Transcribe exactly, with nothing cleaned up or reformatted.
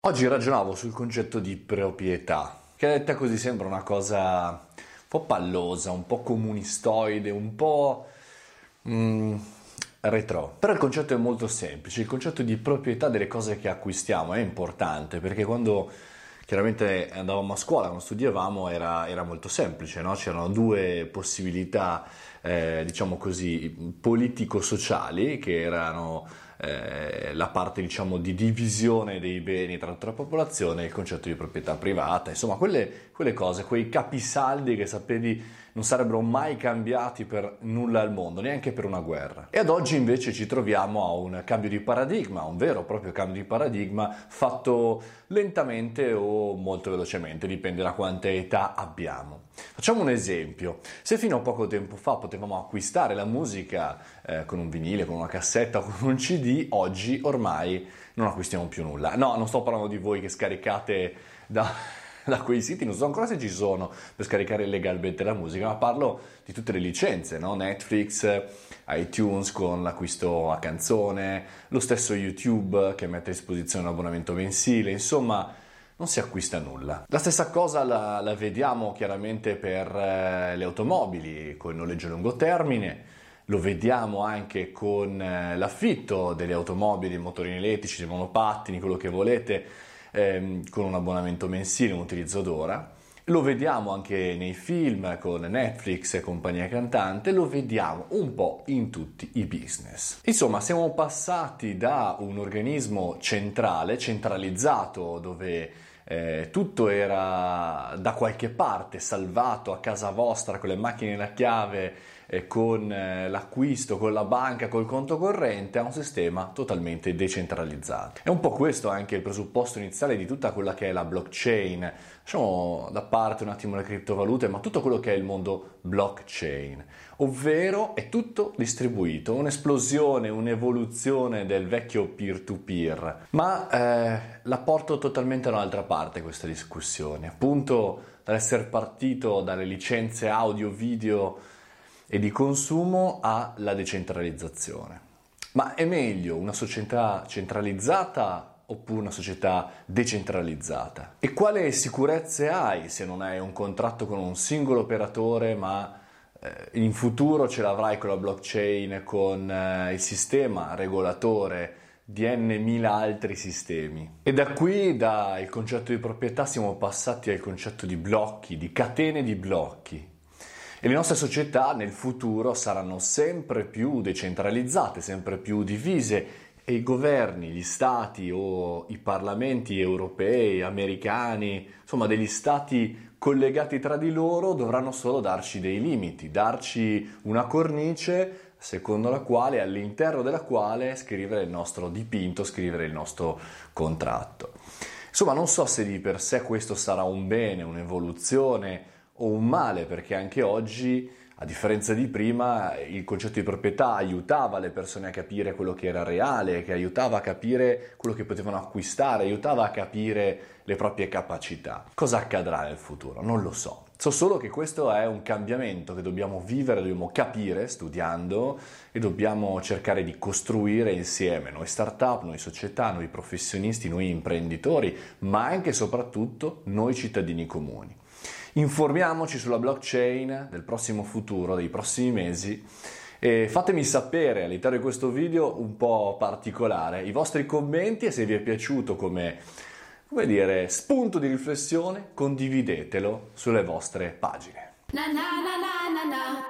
Oggi ragionavo sul concetto di proprietà, che detta così sembra una cosa un po' pallosa, un po' comunistoide, un po' mm, retro. Però il concetto è molto semplice, il concetto di proprietà delle cose che acquistiamo è importante, perché quando chiaramente andavamo a scuola, quando studiavamo, era, era molto semplice, no? C'erano due possibilità, eh, diciamo così, politico-sociali, che erano eh, la parte, diciamo, di divisione dei beni tra tutta la popolazione e il concetto di proprietà privata, insomma, quelle, quelle cose, quei capisaldi che sapevi non sarebbero mai cambiati per nulla al mondo, neanche per una guerra. E ad oggi invece ci troviamo a un cambio di paradigma, un vero e proprio cambio di paradigma fatto lentamente o molto velocemente, dipende da quanta età abbiamo. Facciamo un esempio: se fino a poco tempo fa potevamo acquistare la musica eh, con un vinile, con una cassetta, con un C D, oggi ormai non acquistiamo più nulla. No, non sto parlando di voi che scaricate da, da quei siti, non so ancora se ci sono per scaricare illegalmente la musica, ma parlo di tutte le licenze, no? Netflix, iTunes con l'acquisto a canzone, lo stesso YouTube che mette a disposizione un abbonamento mensile, insomma non si acquista nulla. La stessa cosa la, la vediamo chiaramente per eh, le automobili con il noleggio a lungo termine, lo vediamo anche con eh, l'affitto delle automobili, motorini elettrici, dei monopattini, quello che volete, ehm, con un abbonamento mensile, un utilizzo d'ora. Lo vediamo anche nei film con Netflix e compagnia cantante, lo vediamo un po' in tutti i business. Insomma, siamo passati da un organismo centrale, centralizzato, dove eh, tutto era da qualche parte salvato a casa vostra con le macchine e la chiave, eh, con eh, l'acquisto, con la banca, col conto corrente, a un sistema totalmente decentralizzato. È un po' questo anche il presupposto iniziale di tutta quella che è la blockchain. Lasciamo da parte un attimo le criptovalute, ma tutto quello che è il mondo blockchain, ovvero è tutto distribuito, un'esplosione, un'evoluzione del vecchio peer-to-peer. Ma eh, la porto totalmente da un'altra parte questa discussione, appunto dall'essere partito dalle licenze audio, video e di consumo alla decentralizzazione. Ma è meglio una società centralizzata oppure una società decentralizzata? E quale sicurezze hai se non hai un contratto con un singolo operatore, ma eh, in futuro ce l'avrai con la blockchain, con eh, il sistema regolatore di n mila altri sistemi? E da qui, dal concetto di proprietà, siamo passati al concetto di blocchi, di catene di blocchi. E le nostre società nel futuro saranno sempre più decentralizzate, sempre più divise, e i governi, gli stati o i parlamenti europei, americani, insomma degli stati collegati tra di loro, dovranno solo darci dei limiti, darci una cornice secondo la quale, all'interno della quale scrivere il nostro dipinto, scrivere il nostro contratto. Insomma, non so se di per sé questo sarà un bene, un'evoluzione o un male, perché anche oggi, a differenza di prima, il concetto di proprietà aiutava le persone a capire quello che era reale, che aiutava a capire quello che potevano acquistare, aiutava a capire le proprie capacità. Cosa accadrà nel futuro? Non lo so. So solo che questo è un cambiamento che dobbiamo vivere, dobbiamo capire studiando e dobbiamo cercare di costruire insieme, noi startup, noi società, noi professionisti, noi imprenditori, ma anche e soprattutto noi cittadini comuni. Informiamoci sulla blockchain del prossimo futuro, dei prossimi mesi, e fatemi sapere all'interno di questo video un po' particolare i vostri commenti, e se vi è piaciuto come, come dire, spunto di riflessione, condividetelo sulle vostre pagine. Na na na na na na.